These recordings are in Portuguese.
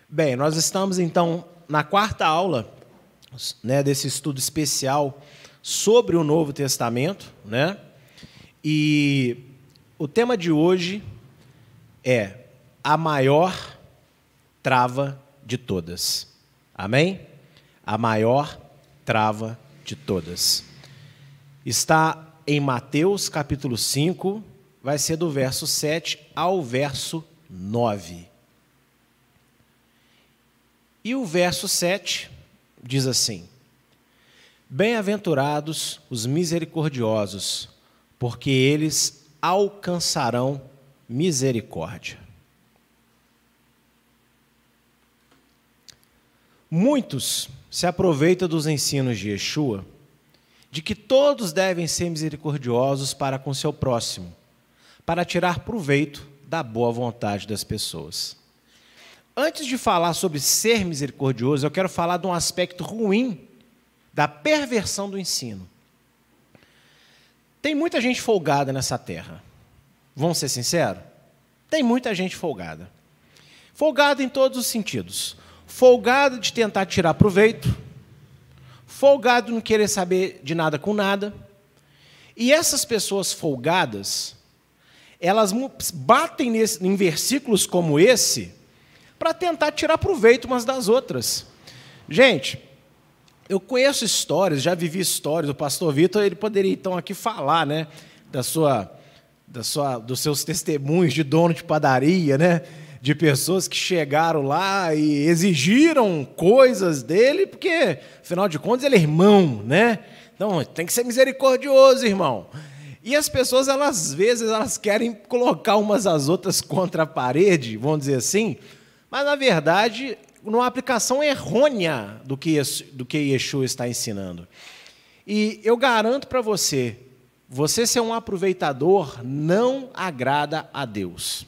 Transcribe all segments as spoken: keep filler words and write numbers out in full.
Bem, nós estamos, então, na quarta aula, né, desse estudo especial sobre o Novo Testamento, né? E o tema de hoje é a maior trava de todas. Amém? A maior trava de todas. Está em Mateus, capítulo cinco, vai ser do verso sete ao verso nove. E o verso sete diz assim: Bem-aventurados os misericordiosos, porque eles alcançarão misericórdia. Muitos se aproveitam dos ensinos de Yeshua, de que todos devem ser misericordiosos para com seu próximo, para tirar proveito da boa vontade das pessoas. Antes de falar sobre ser misericordioso, eu quero falar de um aspecto ruim da perversão do ensino. Tem muita gente folgada nessa terra. Vamos ser sinceros? Tem muita gente folgada. Folgada em todos os sentidos. Folgada de tentar tirar proveito. Folgado de não querer saber de nada com nada. E essas pessoas folgadas, elas batem nesse, em versículos como esse para tentar tirar proveito umas das outras. Gente, eu conheço histórias, já vivi histórias, o pastor Vitor, ele poderia então aqui falar, né, da sua, da sua, dos seus testemunhos de dono de padaria, né, de pessoas que chegaram lá e exigiram coisas dele, porque, afinal de contas, ele é irmão, né? Então, tem que ser misericordioso, irmão. E as pessoas, elas, às vezes, elas querem colocar umas às outras contra a parede, vamos dizer assim, mas, na verdade, numa aplicação errônea do que, do que Yeshua está ensinando. E eu garanto para você, você ser um aproveitador não agrada a Deus.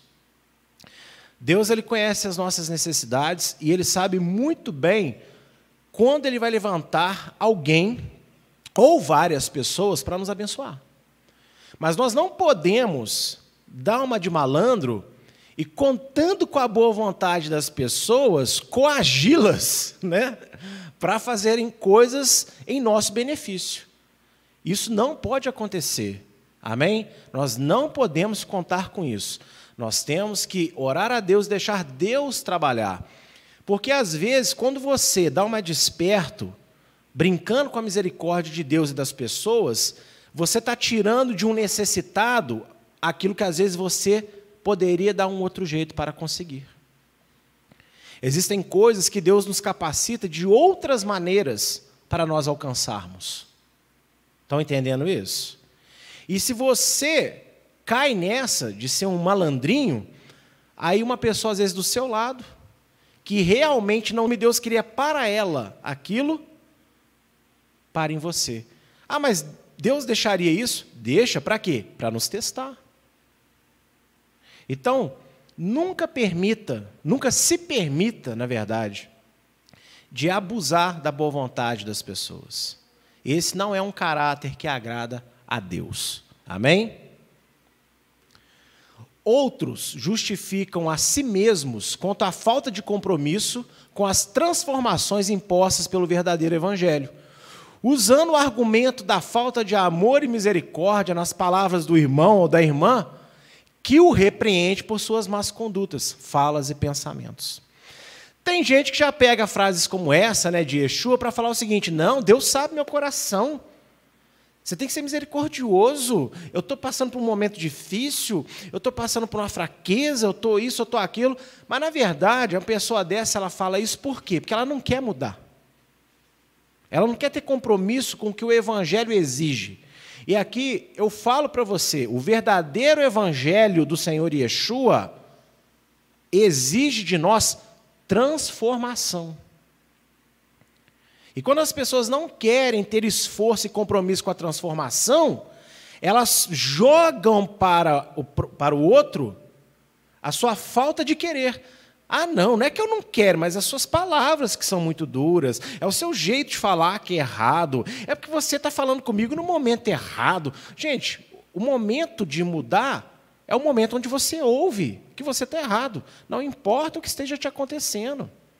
Deus, ele conhece as nossas necessidades e ele sabe muito bem quando ele vai levantar alguém ou várias pessoas para nos abençoar. Mas nós não podemos dar uma de malandro e, contando com a boa vontade das pessoas, coagi-las, né, para fazerem coisas em nosso benefício. Isso não pode acontecer. Amém? Nós não podemos contar com isso. Nós temos que orar a Deus, deixar Deus trabalhar. Porque, às vezes, quando você dá uma desperto, brincando com a misericórdia de Deus e das pessoas, você está tirando de um necessitado aquilo que, às vezes, você poderia dar um outro jeito para conseguir. Existem coisas que Deus nos capacita de outras maneiras para nós alcançarmos. Estão entendendo isso? E se você cai nessa de ser um malandrinho, aí uma pessoa, às vezes, do seu lado, que realmente não me Deus queria para ela aquilo, para em você. Ah, mas Deus deixaria isso? Deixa, para quê? Para nos testar. Então, nunca permita, nunca se permita, na verdade, de abusar da boa vontade das pessoas. Esse não é um caráter que agrada a Deus. Amém? Outros justificam a si mesmos quanto à falta de compromisso com as transformações impostas pelo verdadeiro evangelho, usando o argumento da falta de amor e misericórdia nas palavras do irmão ou da irmã, que o repreende por suas más condutas, falas e pensamentos. Tem gente que já pega frases como essa, né, de Yeshua, para falar o seguinte: não, Deus sabe meu coração. Você tem que ser misericordioso. Eu estou passando por um momento difícil, eu estou passando por uma fraqueza, eu estou isso, eu estou aquilo. Mas, na verdade, uma pessoa dessa, ela fala isso por quê? Porque ela não quer mudar. Ela não quer ter compromisso com o que o Evangelho exige. E aqui eu falo para você, o verdadeiro Evangelho do Senhor Yeshua exige de nós transformação. E quando as pessoas não querem ter esforço e compromisso com a transformação, elas jogam para o, para o outro a sua falta de querer. Ah, não, não é que eu não quero, mas as suas palavras que são muito duras, é o seu jeito de falar que é errado, é porque você está falando comigo no momento errado. Gente, o momento de mudar é o momento onde você ouve que você está errado. Não importa o que esteja te acontecendo.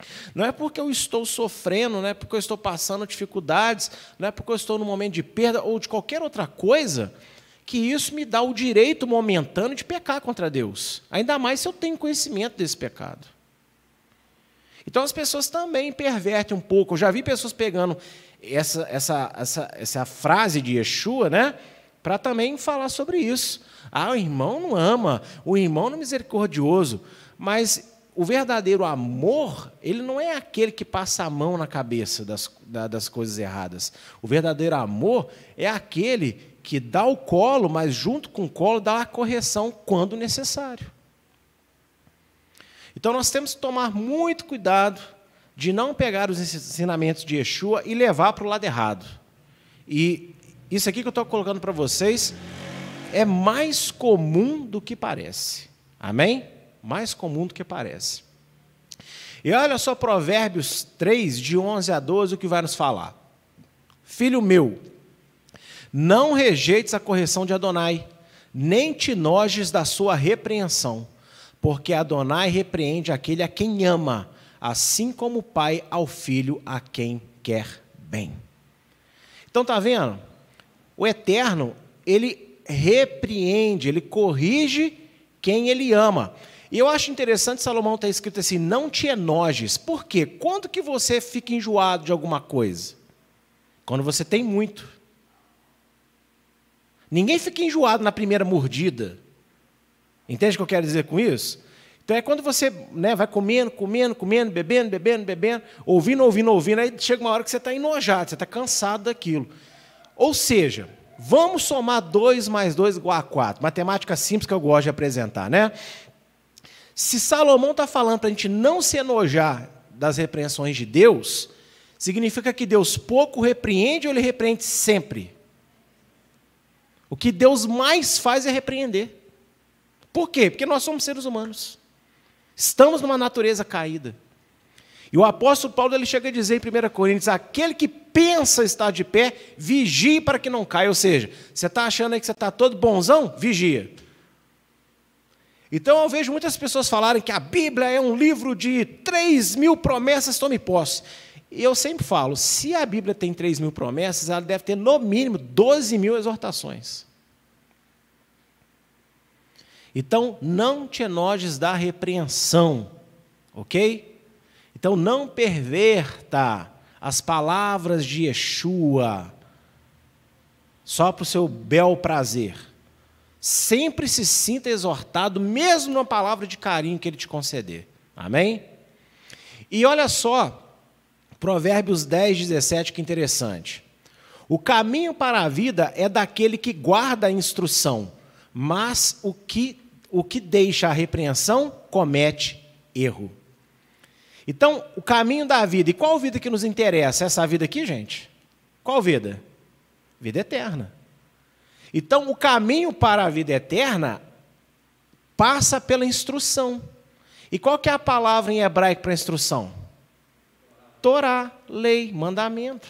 Não é porque eu estou sofrendo, não é porque eu estou passando dificuldades, não é porque eu estou num momento de perda ou de qualquer outra coisa, que isso me dá o direito momentâneo de pecar contra Deus. Ainda mais se eu tenho conhecimento desse pecado. Então as pessoas também pervertem um pouco. Eu já vi pessoas pegando essa, essa, essa, essa frase de Yeshua, né, para também falar sobre isso. Ah, o irmão não ama, o irmão não é misericordioso, mas o verdadeiro amor, ele não é aquele que passa a mão na cabeça das, das coisas erradas. O verdadeiro amor é aquele que dá o colo, mas junto com o colo dá a correção quando necessário. Então nós temos que tomar muito cuidado de não pegar os ensinamentos de Yeshua e levar para o lado errado. E isso aqui que eu estou colocando para vocês é mais comum do que parece. Amém? Mais comum do que parece. E olha só Provérbios três, de onze a doze, o que vai nos falar. Filho meu, não rejeites a correção de Adonai, nem te nojes da sua repreensão, porque Adonai repreende aquele a quem ama, assim como o pai ao filho a quem quer bem. Então, está vendo? O Eterno, ele repreende, ele corrige quem ele ama. E eu acho interessante, Salomão está escrito assim, não te enojes. Por quê? Quando que você fica enjoado de alguma coisa? Quando você tem muito. Ninguém fica enjoado na primeira mordida. Entende o que eu quero dizer com isso? Então é quando você, né, vai comendo, comendo, comendo, bebendo, bebendo, bebendo, ouvindo, ouvindo, ouvindo, aí chega uma hora que você está enojado, você está cansado daquilo. Ou seja, vamos somar dois mais dois igual a quatro. Matemática simples que eu gosto de apresentar, né? Se Salomão está falando para a gente não se enojar das repreensões de Deus, significa que Deus pouco repreende ou ele repreende sempre? O que Deus mais faz é repreender. Por quê? Porque nós somos seres humanos. Estamos numa natureza caída. E o apóstolo Paulo ele chega a dizer em primeira Coríntios, aquele que pensa estar de pé, vigie para que não caia. Ou seja, você está achando aí que você está todo bonzão? Vigia. Então eu vejo muitas pessoas falarem que a Bíblia é um livro de três mil promessas, tome posse. E eu sempre falo, se a Bíblia tem três mil promessas, ela deve ter no mínimo doze mil exortações. Então, não te enojes da repreensão, ok? Então, não perverta as palavras de Yeshua só para o seu bel prazer. Sempre se sinta exortado, mesmo numa palavra de carinho que ele te conceder. Amém? E olha só, Provérbios dez, dezessete, que interessante. O caminho para a vida é daquele que guarda a instrução, mas o que, o que deixa a repreensão comete erro. Então, o caminho da vida, e qual vida que nos interessa? Essa vida aqui, gente? Qual vida? Vida eterna. Então, o caminho para a vida eterna passa pela instrução. E qual que é a palavra em hebraico para instrução? Torá, lei, mandamento.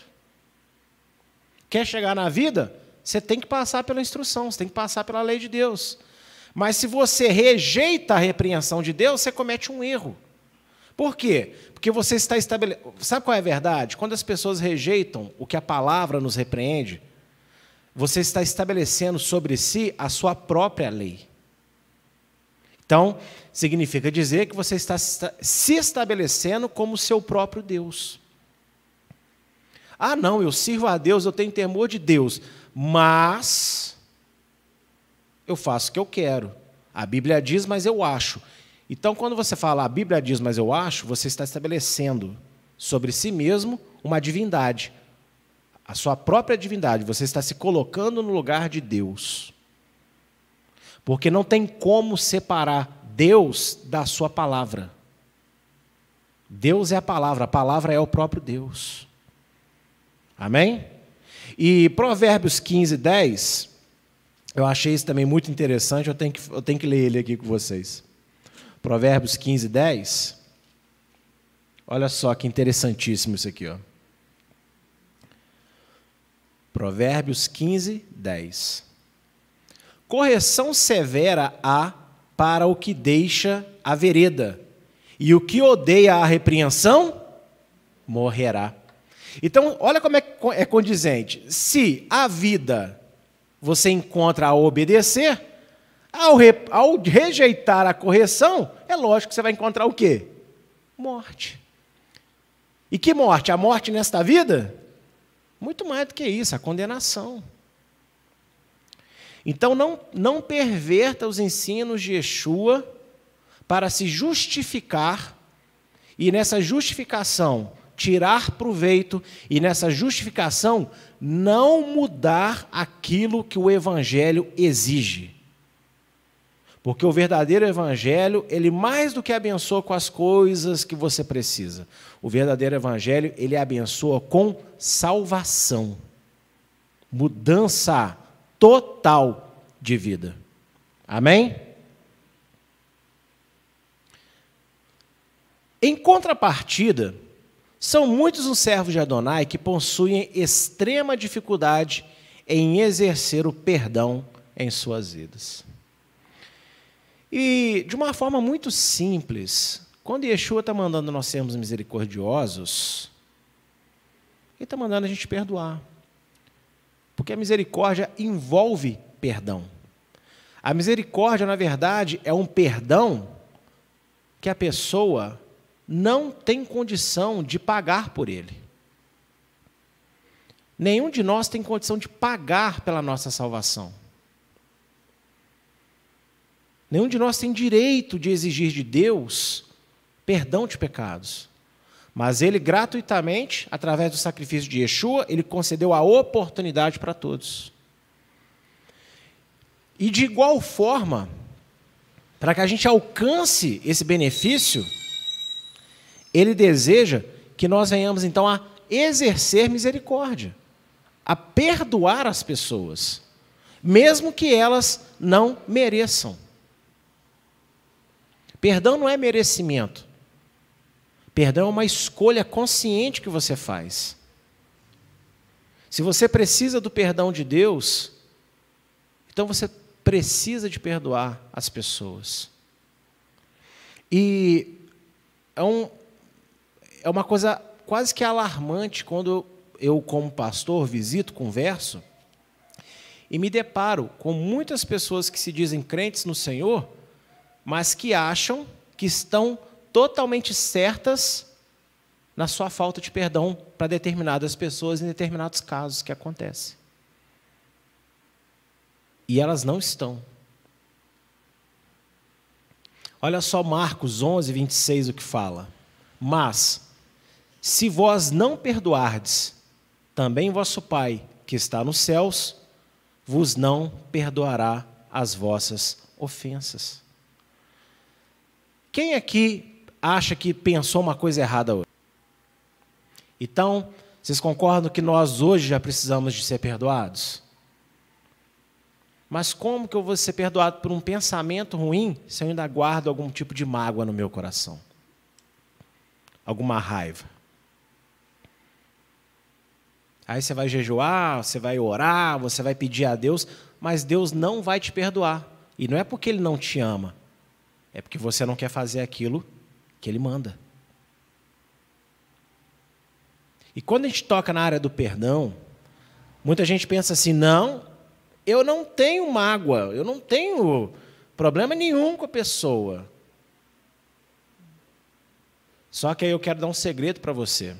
Quer chegar na vida? Você tem que passar pela instrução, você tem que passar pela lei de Deus. Mas se você rejeita a repreensão de Deus, você comete um erro. Por quê? Porque você está estabelecendo... Sabe qual é a verdade? Quando as pessoas rejeitam o que a palavra nos repreende, você está estabelecendo sobre si a sua própria lei. Então, significa dizer que você está se estabelecendo como seu próprio Deus. Ah, não, eu sirvo a Deus, eu tenho temor de Deus, mas eu faço o que eu quero. A Bíblia diz, mas eu acho. Então, quando você fala, a Bíblia diz, mas eu acho, você está estabelecendo sobre si mesmo uma divindade. A sua própria divindade, você está se colocando no lugar de Deus. Porque não tem como separar Deus da sua palavra. Deus é a palavra, a palavra é o próprio Deus. Amém? E Provérbios quinze, dez, eu achei isso também muito interessante, eu tenho que, eu tenho que ler ele aqui com vocês. Provérbios quinze, dez. Olha só que interessantíssimo isso aqui, ó. Provérbios quinze, dez. Correção severa há para o que deixa a vereda, E o que odeia a repreensão, morrerá. Então, olha como é, é condizente. Se a vida você encontra ao obedecer, ao, re, ao rejeitar a correção, é lógico que você vai encontrar o quê? Morte. E que morte? A morte nesta vida? Muito mais do que isso, a condenação. Então, não, não perverta os ensinos de Yeshua para se justificar, e nessa justificação tirar proveito, e nessa justificação não mudar aquilo que o Evangelho exige. Porque o verdadeiro Evangelho, ele mais do que abençoa com as coisas que você precisa. O verdadeiro Evangelho, ele abençoa com salvação. Mudança total de vida. Amém? Em contrapartida, são muitos os servos de Adonai que possuem extrema dificuldade em exercer o perdão em suas vidas. E, de uma forma muito simples, quando Yeshua está mandando nós sermos misericordiosos, Ele está mandando a gente perdoar. Porque a misericórdia envolve perdão. A misericórdia, na verdade, é um perdão que a pessoa não tem condição de pagar por ele. Nenhum de nós tem condição de pagar pela nossa salvação. Nenhum de nós tem direito de exigir de Deus perdão de pecados. Mas Ele, gratuitamente, através do sacrifício de Yeshua, Ele concedeu a oportunidade para todos. E, de igual forma, para que a gente alcance esse benefício, Ele deseja que nós venhamos, então, a exercer misericórdia, a perdoar as pessoas, mesmo que elas não mereçam. Perdão não é merecimento. Perdão é uma escolha consciente que você faz. Se você precisa do perdão de Deus, então você precisa de perdoar as pessoas. E é, um, é uma coisa quase que alarmante quando eu, como pastor, visito, converso, e me deparo com muitas pessoas que se dizem crentes no Senhor, mas que acham que estão totalmente certas na sua falta de perdão para determinadas pessoas em determinados casos que acontecem. E elas não estão. Olha só Marcos onze, vinte e seis, o que fala. Mas, se vós não perdoardes, também vosso Pai, que está nos céus, vos não perdoará as vossas ofensas. Quem aqui acha que pensou uma coisa errada hoje? Então, vocês concordam que nós hoje já precisamos de ser perdoados? Mas como que eu vou ser perdoado por um pensamento ruim se eu ainda guardo algum tipo de mágoa no meu coração? Alguma raiva? Aí você vai jejuar, você vai orar, você vai pedir a Deus, mas Deus não vai te perdoar. E não é porque Ele não te ama, é porque você não quer fazer aquilo que Ele manda. E quando a gente toca na área do perdão, muita gente pensa assim, não, eu não tenho mágoa, eu não tenho problema nenhum com a pessoa. Só que aí eu quero dar um segredo para você.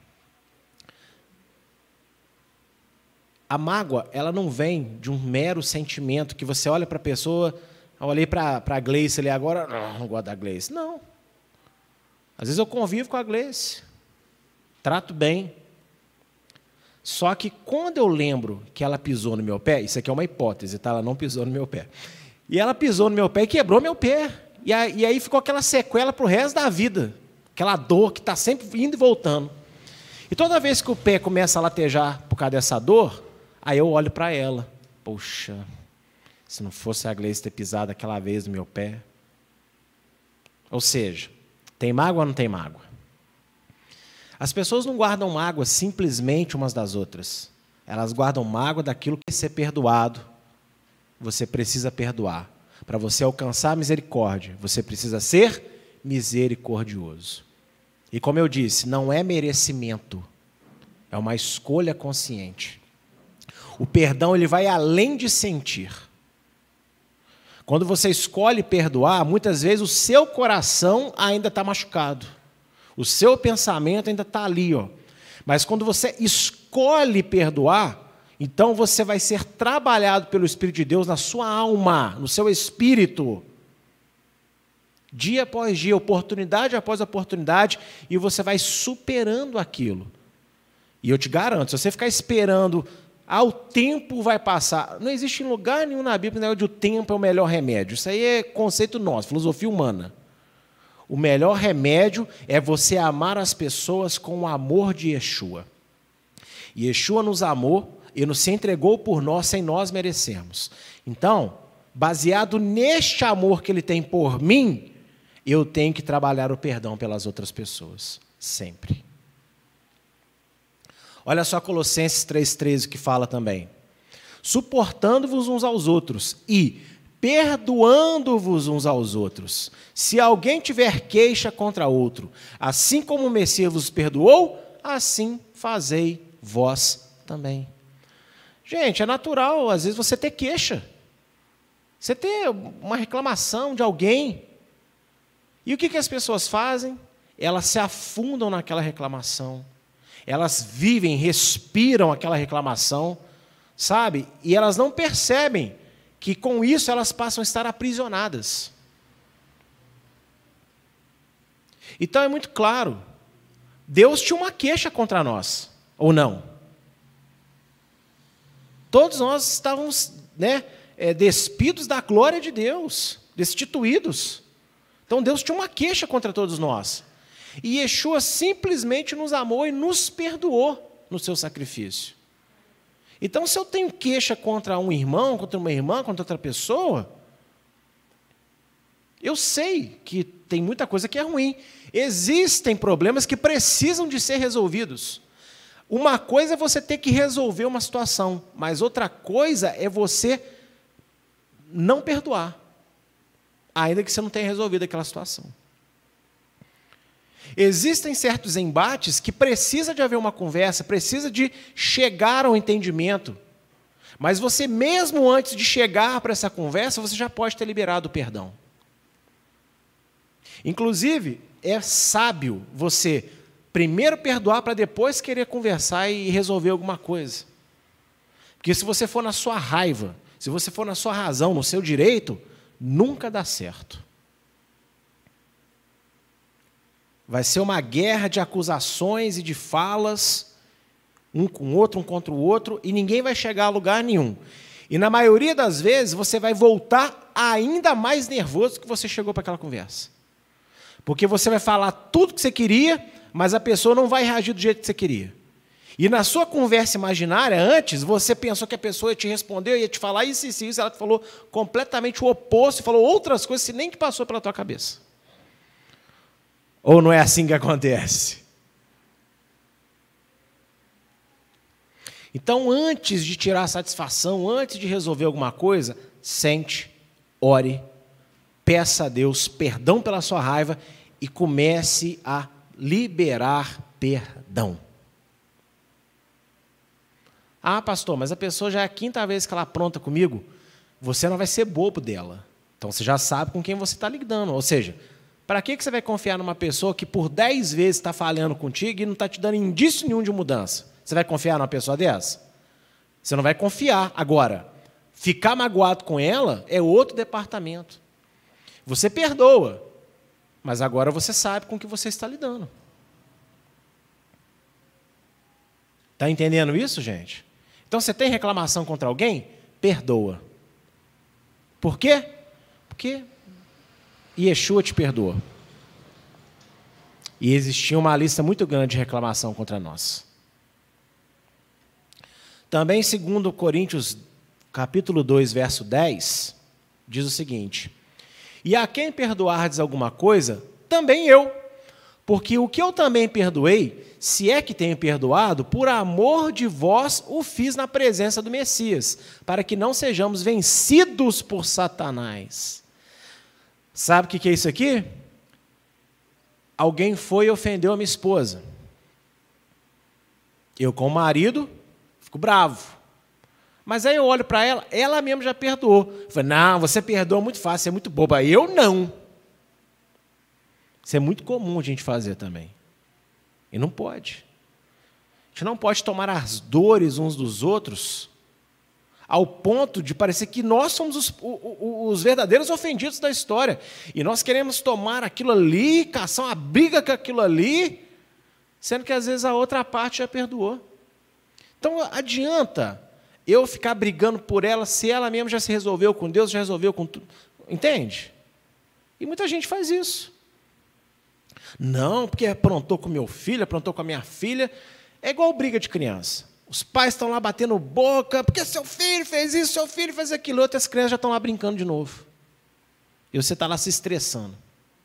A mágoa, ela não vem de um mero sentimento que você olha para a pessoa, eu olhei para a Gleice ali agora, não, não gosto da Gleice. Não. Às vezes eu convivo com a Gleice, trato bem. Só que quando eu lembro que ela pisou no meu pé, isso aqui é uma hipótese, tá? Ela não pisou no meu pé. E ela pisou no meu pé e quebrou meu pé. E aí, e aí ficou aquela sequela para o resto da vida. Aquela dor que está sempre indo e voltando. E toda vez que o pé começa a latejar por causa dessa dor, aí eu olho para ela. Poxa, se não fosse a Gleice ter pisado aquela vez no meu pé. Ou seja, tem mágoa ou não tem mágoa? As pessoas não guardam mágoa simplesmente umas das outras. Elas guardam mágoa daquilo que é ser perdoado. Você precisa perdoar. Para você alcançar a misericórdia, você precisa ser misericordioso. E como eu disse, não é merecimento, é uma escolha consciente. O perdão, ele vai além de sentir. Quando você escolhe perdoar, muitas vezes o seu coração ainda está machucado. O seu pensamento ainda está ali, ó. Mas quando você escolhe perdoar, então você vai ser trabalhado pelo Espírito de Deus na sua alma, no seu espírito. Dia após dia, oportunidade após oportunidade, e você vai superando aquilo. E eu te garanto, se você ficar esperando, ah, o tempo vai passar. Não existe em lugar nenhum na Bíblia onde o tempo é o melhor remédio. Isso aí é conceito nosso, filosofia humana. O melhor remédio é você amar as pessoas com o amor de Yeshua. E Yeshua nos amou e nos se entregou por nós sem nós merecermos. Então, baseado neste amor que Ele tem por mim, eu tenho que trabalhar o perdão pelas outras pessoas, sempre. Olha só Colossenses três, treze, que fala também. Suportando-vos uns aos outros e perdoando-vos uns aos outros, se alguém tiver queixa contra outro, assim como o Messias vos perdoou, assim fazei vós também. Gente, é natural, às vezes, você ter queixa. Você ter uma reclamação de alguém. E o que, que as pessoas fazem? Elas se afundam naquela reclamação. Elas vivem, respiram aquela reclamação, sabe? E elas não percebem que com isso elas passam a estar aprisionadas. Então é muito claro, Deus tinha uma queixa contra nós, ou não? Todos nós estávamos, né, é, despidos da glória de Deus, destituídos. Então Deus tinha uma queixa contra todos nós. E Yeshua simplesmente nos amou e nos perdoou no seu sacrifício. Então, se eu tenho queixa contra um irmão, contra uma irmã, contra outra pessoa, eu sei que tem muita coisa que é ruim. Existem problemas que precisam de ser resolvidos. Uma coisa é você ter que resolver uma situação, mas outra coisa é você não perdoar, ainda que você não tenha resolvido aquela situação. Existem certos embates que precisa de haver uma conversa, precisa de chegar ao entendimento. Mas você, mesmo antes de chegar para essa conversa, você já pode ter liberado o perdão. Inclusive, é sábio você primeiro perdoar para depois querer conversar e resolver alguma coisa. Porque se você for na sua raiva, se você for na sua razão, no seu direito, nunca dá certo. Vai ser uma guerra de acusações e de falas, um com o outro, um contra o outro, e ninguém vai chegar a lugar nenhum. E na maioria das vezes, você vai voltar ainda mais nervoso que você chegou para aquela conversa. Porque você vai falar tudo que você queria, mas a pessoa não vai reagir do jeito que você queria. E na sua conversa imaginária, antes, você pensou que a pessoa ia te responder, ia te falar isso, isso, isso, ela te falou completamente o oposto, falou outras coisas que nem que passou pela tua cabeça. Ou não é assim que acontece? Então, antes de tirar a satisfação, antes de resolver alguma coisa, sente, ore, peça a Deus perdão pela sua raiva e comece a liberar perdão. Ah, pastor, mas a pessoa já é a quinta vez que ela apronta comigo. Você não vai ser bobo dela. Então, você já sabe com quem você está lidando. Ou seja, para que você vai confiar numa pessoa que por dez vezes está falhando contigo e não está te dando indício nenhum de mudança? Você vai confiar numa pessoa dessa? Você não vai confiar. Agora, ficar magoado com ela é outro departamento. Você perdoa, mas agora você sabe com o que você está lidando. Está entendendo isso, gente? Então, você tem reclamação contra alguém? Perdoa. Por quê? Porque Yeshua te perdoou. E existia uma lista muito grande de reclamação contra nós. Também, segundo Coríntios, capítulo dois, verso dez, diz o seguinte: e a quem perdoardes alguma coisa, também eu, porque o que eu também perdoei, se é que tenho perdoado, por amor de vós o fiz na presença do Messias, para que não sejamos vencidos por Satanás. Sabe o que é isso aqui? alguém foi e ofendeu a minha esposa. Eu, como marido, fico bravo. Mas aí eu olho para ela, ela mesma já perdoou. Eu falei, não, você perdoa muito fácil, você é muito boba. Eu não. Isso é muito comum a gente fazer também. E não pode. A gente não pode tomar as dores uns dos outros ao ponto de parecer que nós somos os, os, os verdadeiros ofendidos da história. E nós queremos tomar aquilo ali, caçar uma briga com aquilo ali, sendo que às vezes a outra parte já perdoou. Então adianta eu ficar brigando por ela se ela mesma já se resolveu com Deus, já resolveu com tudo. Entende? E muita gente faz isso. Não, porque aprontou com meu filho, aprontou com a minha filha. É igual briga de criança. Os pais estão lá batendo boca, porque seu filho fez isso, seu filho fez aquilo, outras crianças já estão lá brincando de novo. E você está lá se estressando.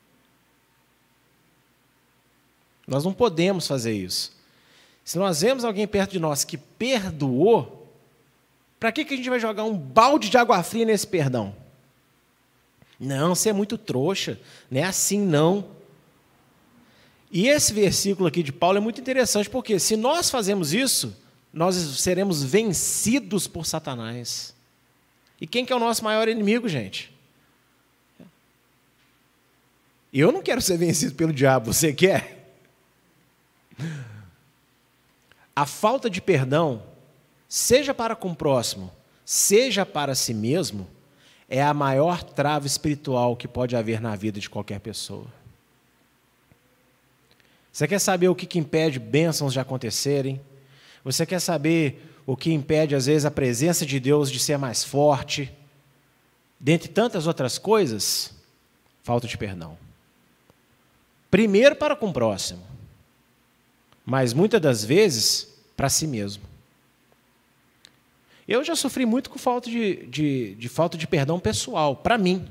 Nós não podemos fazer isso. Se nós vemos alguém perto de nós que perdoou, para que que a gente vai jogar um balde de água fria nesse perdão? Não, você é muito trouxa, não é assim não. E esse versículo aqui de Paulo é muito interessante, porque se nós fazemos isso, nós seremos vencidos por Satanás. E quem que é o nosso maior inimigo, gente? Eu não quero ser vencido pelo diabo, você quer? A falta de perdão, seja para com o próximo, seja para si mesmo, é a maior trava espiritual que pode haver na vida de qualquer pessoa. Você quer saber o que, que impede bênçãos de acontecerem? Você quer saber o que impede, às vezes, a presença de Deus de ser mais forte? Dentre tantas outras coisas, falta de perdão. Primeiro para com o próximo, mas muitas das vezes para si mesmo. Eu já sofri muito com falta de, de, de falta de perdão pessoal, para mim.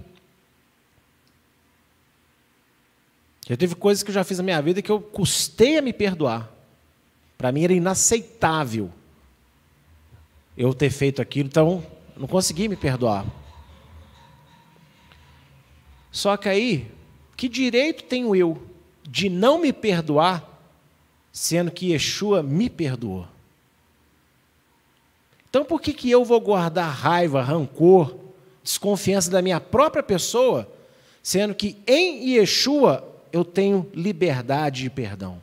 Já teve coisas que eu já fiz na minha vida que eu custei a me perdoar. Para mim era inaceitável eu ter feito aquilo, então não consegui me perdoar. Só que aí, que direito tenho eu de não me perdoar, sendo que Yeshua me perdoou? Então por que que eu vou guardar raiva, rancor, desconfiança da minha própria pessoa, sendo que em Yeshua eu tenho liberdade de perdão?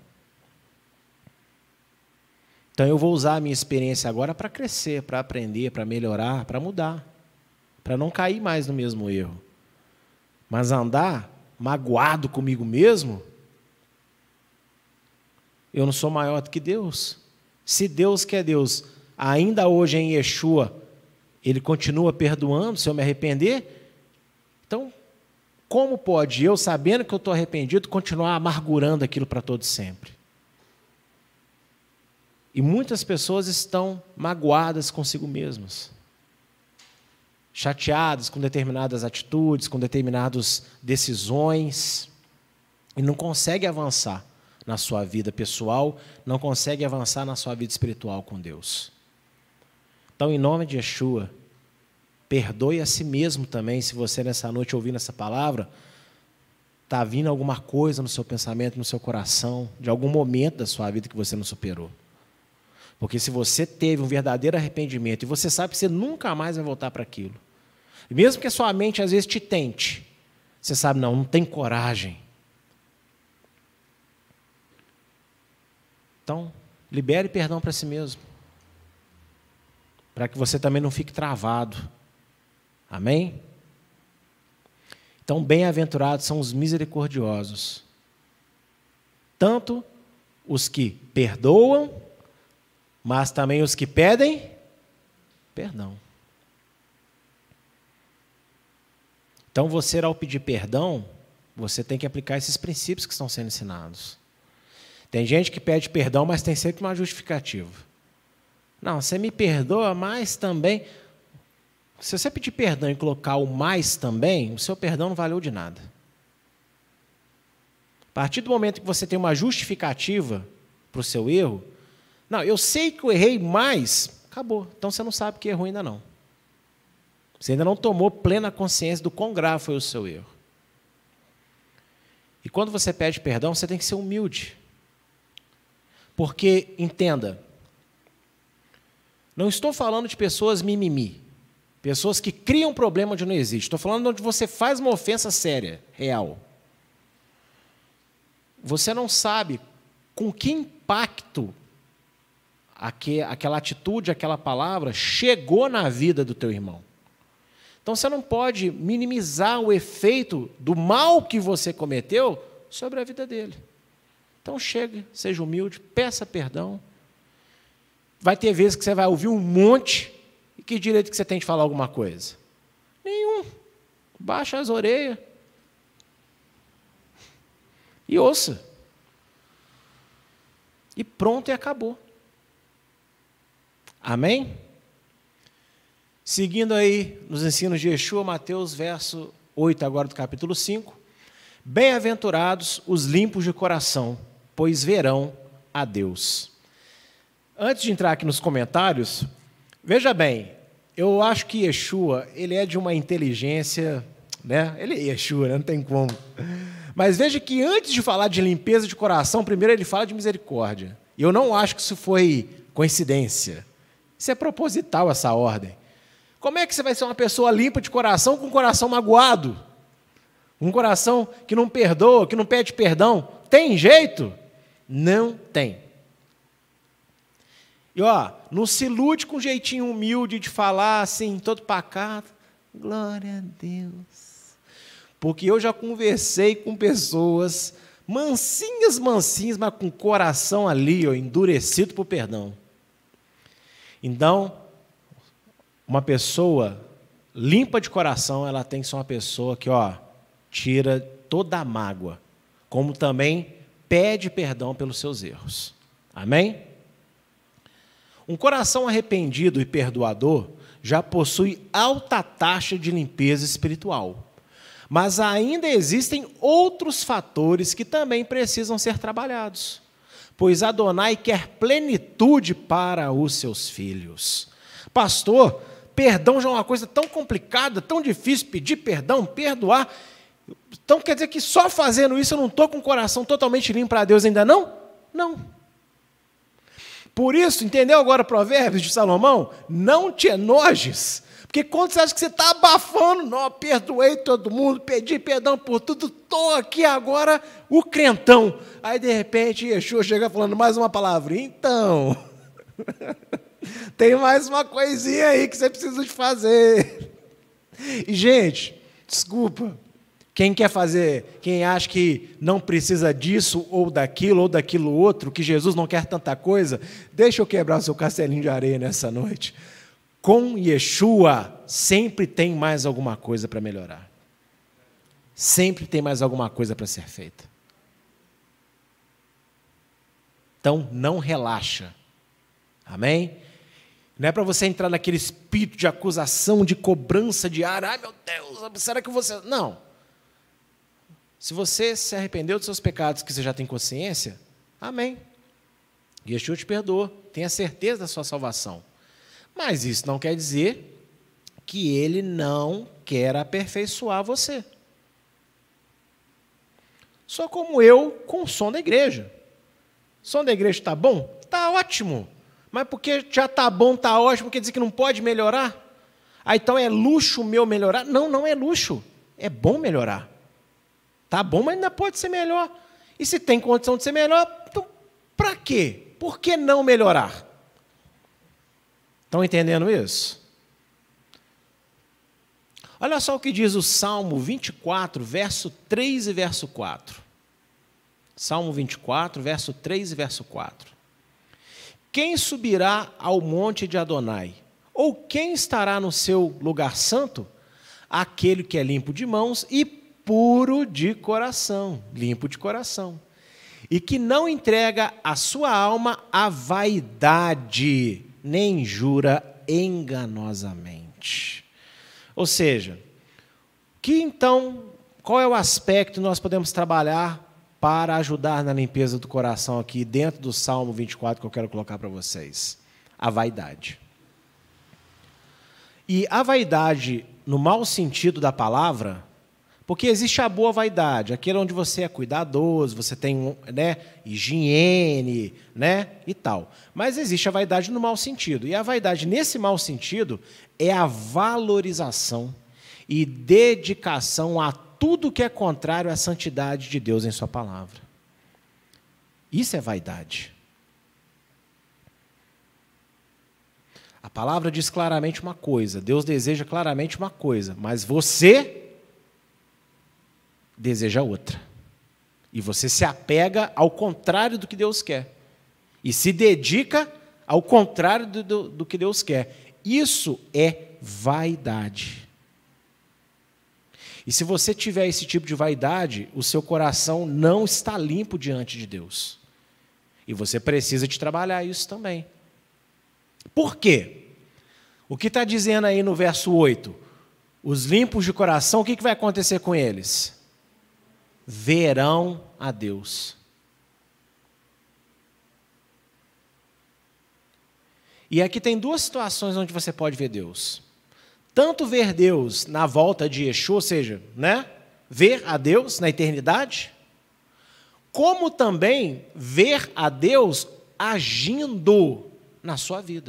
Então eu vou usar a minha experiência agora para crescer, para aprender, para melhorar, para mudar, para não cair mais no mesmo erro. Mas andar magoado comigo mesmo, eu não sou maior do que Deus. Se Deus que é Deus, ainda hoje em Yeshua, Ele continua perdoando se eu me arrepender, então como pode eu, sabendo que eu estou arrependido, continuar amargurando aquilo para todo sempre? E muitas pessoas estão magoadas consigo mesmas, chateadas com determinadas atitudes, com determinadas decisões, e não conseguem avançar na sua vida pessoal, não conseguem avançar na sua vida espiritual com Deus. Então, em nome de Yeshua, perdoe a si mesmo também, se você nessa noite ouvindo essa palavra, está vindo alguma coisa no seu pensamento, no seu coração, de algum momento da sua vida que você não superou. Porque se você teve um verdadeiro arrependimento e você sabe que você nunca mais vai voltar para aquilo, e mesmo que a sua mente às vezes te tente, você sabe, não, não tem coragem. Então, libere perdão para si mesmo, para que você também não fique travado. Amém? Então, bem-aventurados são os misericordiosos, tanto os que perdoam, mas também os que pedem perdão. Então, você, ao pedir perdão, você tem que aplicar esses princípios que estão sendo ensinados. Tem gente que pede perdão, mas tem sempre uma justificativa. Não, você me perdoa, mas também... Se você pedir perdão e colocar o mais também, o seu perdão não valeu de nada. A partir do momento que você tem uma justificativa para o seu erro, não, eu sei que eu errei, mas acabou. Então você não sabe que errou ainda não. Você ainda não tomou plena consciência do quão grave foi o seu erro. E quando você pede perdão, você tem que ser humilde. Porque, entenda, não estou falando de pessoas mimimi, pessoas que criam problema onde não existe. Estou falando onde você faz uma ofensa séria, real. Você não sabe com que impacto aquela atitude, aquela palavra chegou na vida do teu irmão. Então, você não pode minimizar o efeito do mal que você cometeu sobre a vida dele. Então, chegue, seja humilde, peça perdão. Vai ter vezes que você vai ouvir um monte, e que direito que você tem de falar alguma coisa? Nenhum. Baixa as orelhas e ouça. E pronto, e acabou. Amém? Seguindo aí nos ensinos de Yeshua, Mateus, verso oito, agora do capítulo cinco. Bem-aventurados os limpos de coração, pois verão a Deus. Antes de entrar aqui nos comentários, veja bem, eu acho que Yeshua, ele é de uma inteligência, né? Ele é Yeshua, né? Não tem como. Mas veja que antes de falar de limpeza de coração, primeiro ele fala de misericórdia. E eu não acho que isso foi coincidência. Isso é proposital, essa ordem. Como é que você vai ser uma pessoa limpa de coração com um coração magoado? Um coração que não perdoa, que não pede perdão? Tem jeito? Não tem. E, ó, não se ilude com um jeitinho humilde de falar assim, todo pacato. Glória a Deus. Porque eu já conversei com pessoas mansinhas, mansinhas, mas com o coração ali, ó, endurecido por perdão. Então, uma pessoa limpa de coração, ela tem que ser uma pessoa que, ó, tira toda a mágoa, como também pede perdão pelos seus erros. Amém? Um coração arrependido e perdoador já possui alta taxa de limpeza espiritual. Mas ainda existem outros fatores que também precisam ser trabalhados, pois Adonai quer plenitude para os seus filhos. Pastor, perdão já é uma coisa tão complicada, tão difícil pedir perdão, perdoar. Então quer dizer que só fazendo isso eu não estou com o coração totalmente limpo para Deus ainda não? Não. Por isso, entendeu agora Provérbios de Salomão? Não te enojes. Porque quando você acha que você está abafando, não, perdoei todo mundo, pedi perdão por tudo, estou aqui agora o crentão. Aí, de repente, Yeshua chega falando mais uma palavra. Então, tem mais uma coisinha aí que você precisa de fazer. E, gente, desculpa, quem quer fazer, quem acha que não precisa disso ou daquilo ou daquilo outro, que Jesus não quer tanta coisa, deixa eu quebrar o seu castelinho de areia nessa noite. Com Yeshua, sempre tem mais alguma coisa para melhorar. Sempre tem mais alguma coisa para ser feita. Então, não relaxa. Amém? Não é para você entrar naquele espírito de acusação, de cobrança diária. Ai, meu Deus, será que você... Não. Se você se arrependeu dos seus pecados, que você já tem consciência, amém. Yeshua te perdoa. Tenha certeza da sua salvação. Mas isso não quer dizer que ele não quer aperfeiçoar você. Só como eu com o som da igreja. O som da igreja está bom? Está ótimo. Mas porque já está bom, está ótimo, quer dizer que não pode melhorar? Ah, então é luxo meu melhorar? Não, não é luxo. É bom melhorar. Está bom, mas ainda pode ser melhor. E se tem condição de ser melhor, então para quê? Por que não melhorar? Estão entendendo isso? Olha só o que diz o Salmo vinte e quatro, verso três e verso quatro. Salmo vinte e quatro, verso três e verso quatro. Quem subirá ao monte de Adonai? Ou quem estará no seu lugar santo? Aquele que é limpo de mãos e puro de coração. Limpo de coração. E que não entrega a sua alma à vaidade, nem jura enganosamente. Ou seja, que então, qual é o aspecto que nós podemos trabalhar para ajudar na limpeza do coração aqui dentro do Salmo vinte e quatro que eu quero colocar para vocês? A vaidade. E a vaidade, no mau sentido da palavra, Porque existe a boa vaidade, aquele onde você é cuidadoso, você tem, né, higiene, né, e tal. Mas existe a vaidade no mau sentido. E a vaidade nesse mau sentido é a valorização e dedicação a tudo que é contrário à santidade de Deus em sua palavra. Isso é vaidade. A palavra diz claramente uma coisa, Deus deseja claramente uma coisa, mas você deseja outra. E você se apega ao contrário do que Deus quer. E se dedica ao contrário do, do, do que Deus quer. Isso é vaidade. E se você tiver esse tipo de vaidade, o seu coração não está limpo diante de Deus. E você precisa de trabalhar isso também. Por quê? O que está dizendo aí no verso oito? Os limpos de coração, o que, que vai acontecer com eles? Verão a Deus. E aqui tem duas situações onde você pode ver Deus. Tanto ver Deus na volta de Yeshua, ou seja, né, ver a Deus na eternidade, como também ver a Deus agindo na sua vida.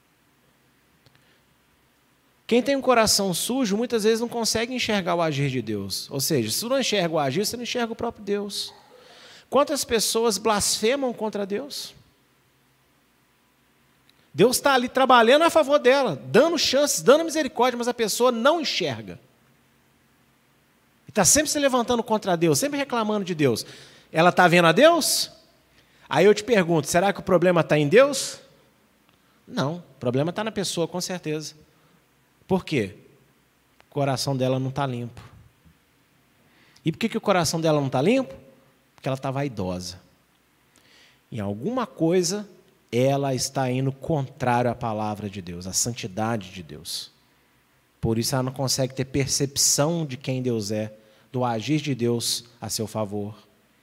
Quem tem um coração sujo, muitas vezes não consegue enxergar o agir de Deus. Ou seja, se você não enxerga o agir, você não enxerga o próprio Deus. Quantas pessoas blasfemam contra Deus? Deus está ali trabalhando a favor dela, dando chances, dando misericórdia, mas a pessoa não enxerga. Está sempre se levantando contra Deus, sempre reclamando de Deus. Ela está vendo a Deus? Aí eu te pergunto, será que o problema está em Deus? Não, o problema está na pessoa, com certeza. Por quê? O coração dela não está limpo. E por que, que o coração dela não está limpo? Porque ela está vaidosa. Em alguma coisa, ela está indo contrário à palavra de Deus, à santidade de Deus. Por isso ela não consegue ter percepção de quem Deus é, do agir de Deus a seu favor.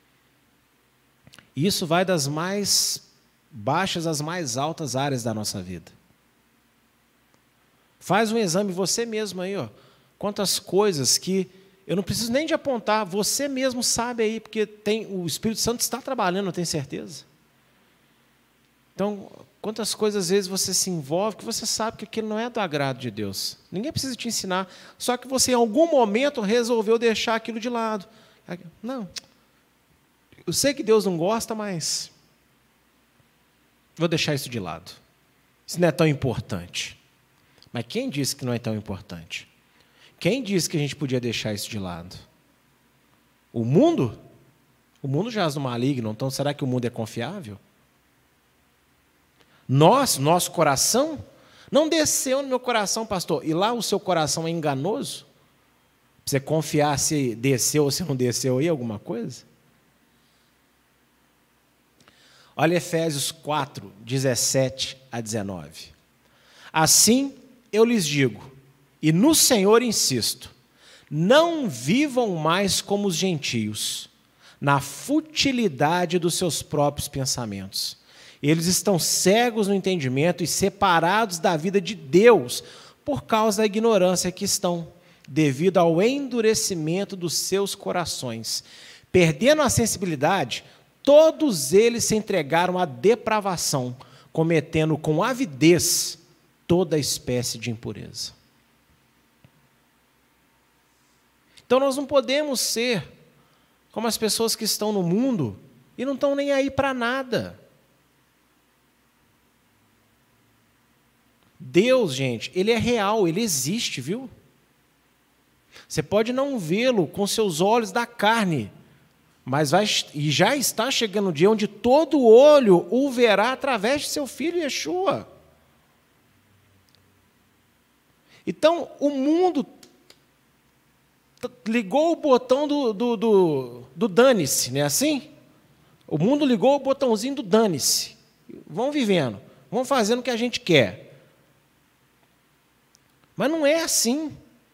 Isso vai das mais baixas às mais altas áreas da nossa vida. Faz um exame você mesmo aí, ó. Quantas coisas que eu não preciso nem de apontar, você mesmo sabe aí, porque tem, o Espírito Santo está trabalhando, eu tenho certeza. Então, quantas coisas às vezes você se envolve que você sabe que aquilo não é do agrado de Deus. Ninguém precisa te ensinar, só que você em algum momento resolveu deixar aquilo de lado. Não, eu sei que Deus não gosta, mas vou deixar isso de lado. Isso não é tão importante. Mas quem disse que não é tão importante? Quem disse que a gente podia deixar isso de lado? O mundo? O mundo jaz no maligno, então será que o mundo é confiável? Nós, nosso coração, não desceu no meu coração, pastor, e lá o seu coração é enganoso? Pra você confiar se desceu ou se não desceu aí alguma coisa? Olha Efésios quatro, dezessete a dezenove. Assim, eu lhes digo, e no Senhor insisto, não vivam mais como os gentios, na futilidade dos seus próprios pensamentos. Eles estão cegos no entendimento e separados da vida de Deus por causa da ignorância que estão, devido ao endurecimento dos seus corações. Perdendo a sensibilidade, todos eles se entregaram à depravação, cometendo com avidez toda espécie de impureza. Então nós não podemos ser como as pessoas que estão no mundo e não estão nem aí para nada. Deus, gente, Ele é real, Ele existe, viu? Você pode não vê-lo com seus olhos da carne, mas vai, e já está chegando o dia onde todo olho o verá através de seu Filho Yeshua. Então, o mundo ligou o botão do, do, do, do dane-se, não é assim? O mundo ligou o botãozinho do dane-se. Vão vivendo, vão fazendo o que a gente quer. Mas não é assim.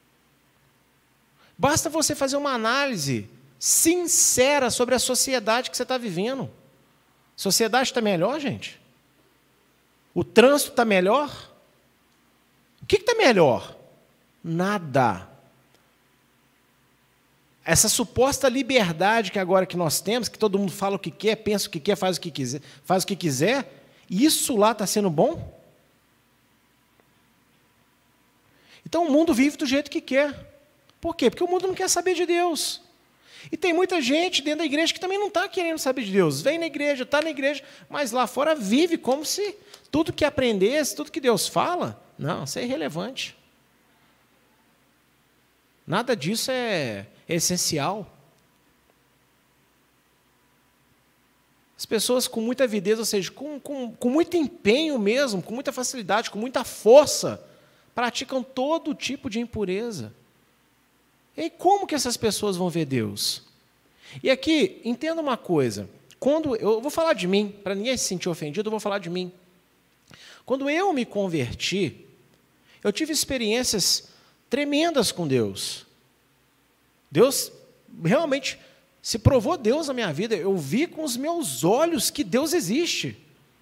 Basta você fazer uma análise sincera sobre a sociedade que você está vivendo. A sociedade está melhor, gente? O trânsito está melhor? O que está melhor? Nada. essa suposta liberdade que agora que nós temos, que todo mundo fala o que quer, pensa o que quer, faz o que quiser, faz o que quiser, isso lá está sendo bom? Então o mundo vive do jeito que quer. Por quê? Porque o mundo não quer saber de Deus. E tem muita gente dentro da igreja que também não está querendo saber de Deus. Vem na igreja, está na igreja, mas lá fora vive como se tudo que aprendesse, tudo que Deus fala, não, isso é irrelevante. Nada disso é, é essencial. As pessoas com muita avidez, ou seja, com, com, com muito empenho mesmo, com muita facilidade, com muita força, praticam todo tipo de impureza. E aí, como que essas pessoas vão ver Deus? E aqui, entenda uma coisa, quando eu vou falar de mim, para ninguém se sentir ofendido, eu vou falar de mim. Quando eu me converti, eu tive experiências tremendas com Deus. Deus realmente se provou Deus na minha vida. Eu vi com os meus olhos que Deus existe.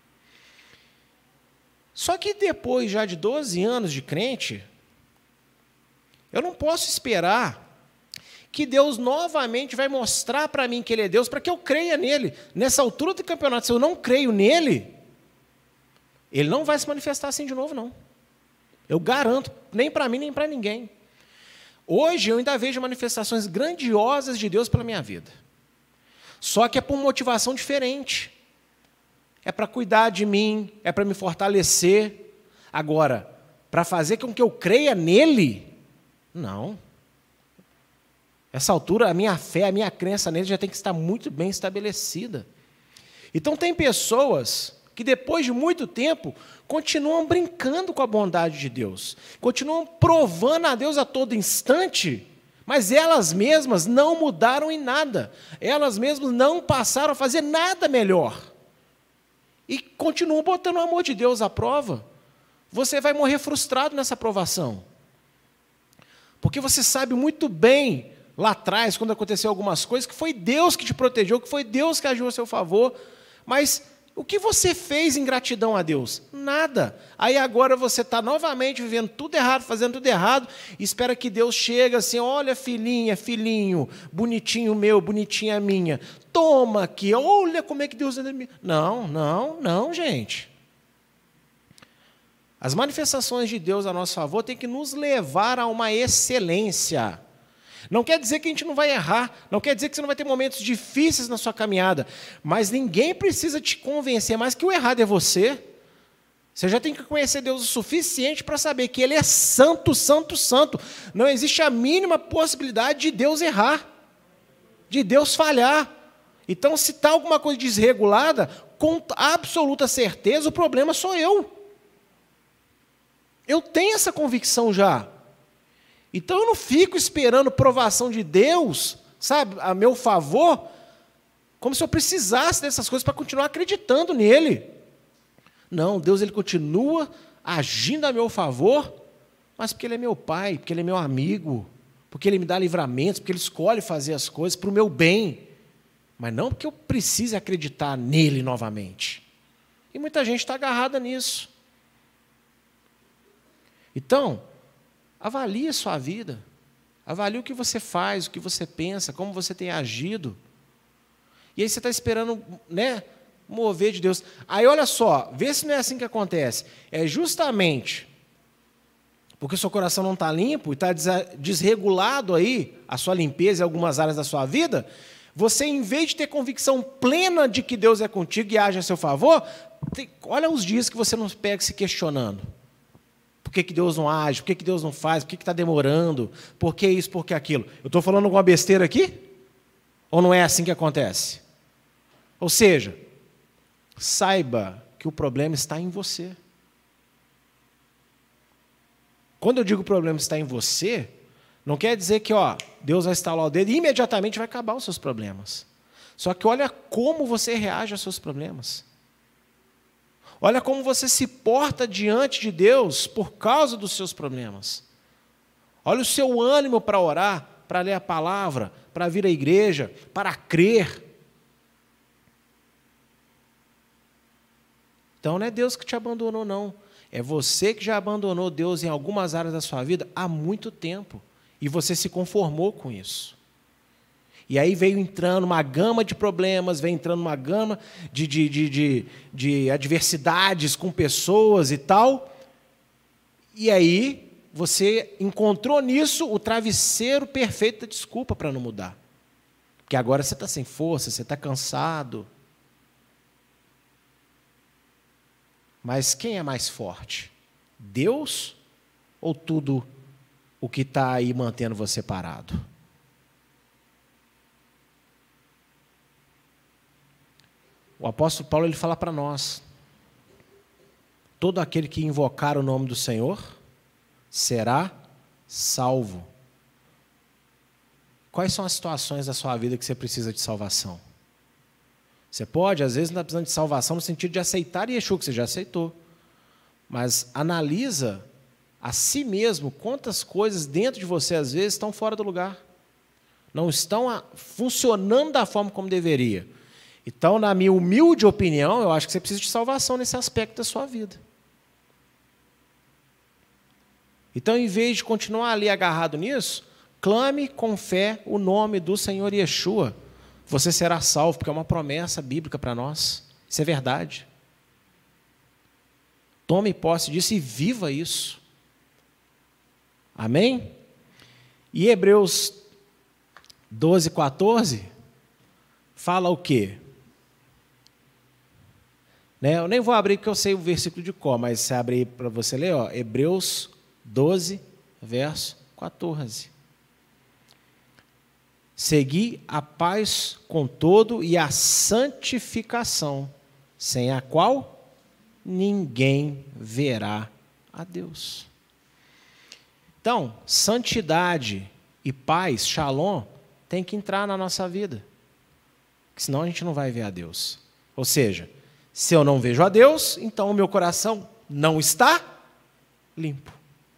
Só que depois já de doze anos de crente, eu não posso esperar que Deus novamente vai mostrar para mim que Ele é Deus, para que eu creia nele. Nessa altura do campeonato, se eu não creio nele, Ele não vai se manifestar assim de novo, não. Eu garanto, nem para mim, nem para ninguém. Hoje eu ainda vejo manifestações grandiosas de Deus pela minha vida. Só que é por motivação diferente. É para cuidar de mim, é para me fortalecer. Agora, para fazer com que eu creia nele, não. Essa altura, a minha fé, a minha crença nele já tem que estar muito bem estabelecida. Então, tem pessoas que depois de muito tempo continuam brincando com a bondade de Deus, continuam provando a Deus a todo instante, mas elas mesmas não mudaram em nada, elas mesmas não passaram a fazer nada melhor, e continuam botando o amor de Deus à prova. Você vai morrer frustrado nessa provação, porque você sabe muito bem, lá atrás, quando aconteceu algumas coisas, que foi Deus que te protegeu, que foi Deus que agiu a seu favor, mas o que você fez em gratidão a Deus? Nada. Aí agora você está novamente vivendo tudo errado, fazendo tudo errado, e espera que Deus chegue assim, olha filhinha, filhinho, bonitinho meu, bonitinha minha, toma aqui, olha como é que Deus... Não, não, não, gente. As manifestações de Deus a nosso favor têm que nos levar a uma excelência. Não quer dizer que a gente não vai errar, não quer dizer que você não vai ter momentos difíceis na sua caminhada, mas ninguém precisa te convencer mais que o errado é você. Você já tem que conhecer Deus o suficiente para saber que Ele é santo, santo, santo. Não existe a mínima possibilidade de Deus errar, de Deus falhar. Então, se está alguma coisa desregulada, com absoluta certeza, o problema sou eu. Eu tenho essa convicção já. Então eu não fico esperando provação de Deus, sabe, a meu favor, como se eu precisasse dessas coisas para continuar acreditando nele. Não, Deus ele continua agindo a meu favor, mas porque Ele é meu Pai, porque Ele é meu amigo, porque Ele me dá livramentos, porque Ele escolhe fazer as coisas para o meu bem, mas não porque eu precise acreditar nele novamente. E muita gente está agarrada nisso. Então, avalie a sua vida, avalie o que você faz, o que você pensa, como você tem agido. E aí você está esperando, né, mover de Deus. Aí olha só, vê se não é assim que acontece. É justamente porque o seu coração não está limpo e está desregulado aí, a sua limpeza em algumas áreas da sua vida, você, em vez de ter convicção plena de que Deus é contigo e age a seu favor, tem, olha os dias que você não pega se questionando. Por que, que Deus não age? Por que, que Deus não faz? Por que está demorando? Por que isso, por que aquilo? Eu estou falando alguma besteira aqui? Ou não é assim que acontece? Ou seja, saiba que o problema está em você. Quando eu digo que o problema está em você, não quer dizer que ó, Deus vai estalar o dedo e imediatamente vai acabar os seus problemas. Só que olha como você reage aos seus problemas. Olha como você se porta diante de Deus por causa dos seus problemas. Olha o seu ânimo para orar, para ler a palavra, para vir à igreja, para crer. Então não é Deus que te abandonou, não. É você que já abandonou Deus em algumas áreas da sua vida há muito tempo. E você se conformou com isso. E aí veio entrando uma gama de problemas, veio entrando uma gama de, de, de, de, de adversidades com pessoas e tal. E aí você encontrou nisso o travesseiro perfeito da desculpa para não mudar. Porque agora você está sem força, você está cansado. Mas quem é mais forte? Deus ou tudo o que está aí mantendo você parado? O apóstolo Paulo ele fala para nós: todo aquele que invocar o nome do Senhor será salvo. Quais são as situações da sua vida que você precisa de salvação? Você pode, às vezes, não está precisando de salvação no sentido de aceitar Yeshua, que você já aceitou. Mas analisa a si mesmo quantas coisas dentro de você, às vezes, estão fora do lugar. Não estão a, funcionando da forma como deveria. Então, na minha humilde opinião, eu acho que você precisa de salvação nesse aspecto da sua vida. Então, em vez de continuar ali agarrado nisso, clame com fé o nome do Senhor Yeshua. Você será salvo, porque é uma promessa bíblica para nós. Isso é verdade. Tome posse disso e viva isso. Amém? E Hebreus doze, quatorze fala o quê? Né? Eu nem vou abrir porque eu sei o versículo de cor, mas se abrir para você ler, ó, Hebreus doze, verso quatorze. Segui a paz com todo e a santificação, sem a qual ninguém verá a Deus. Então, santidade e paz, shalom, tem que entrar na nossa vida, senão a gente não vai ver a Deus. Ou seja, se eu não vejo a Deus, então o meu coração não está limpo.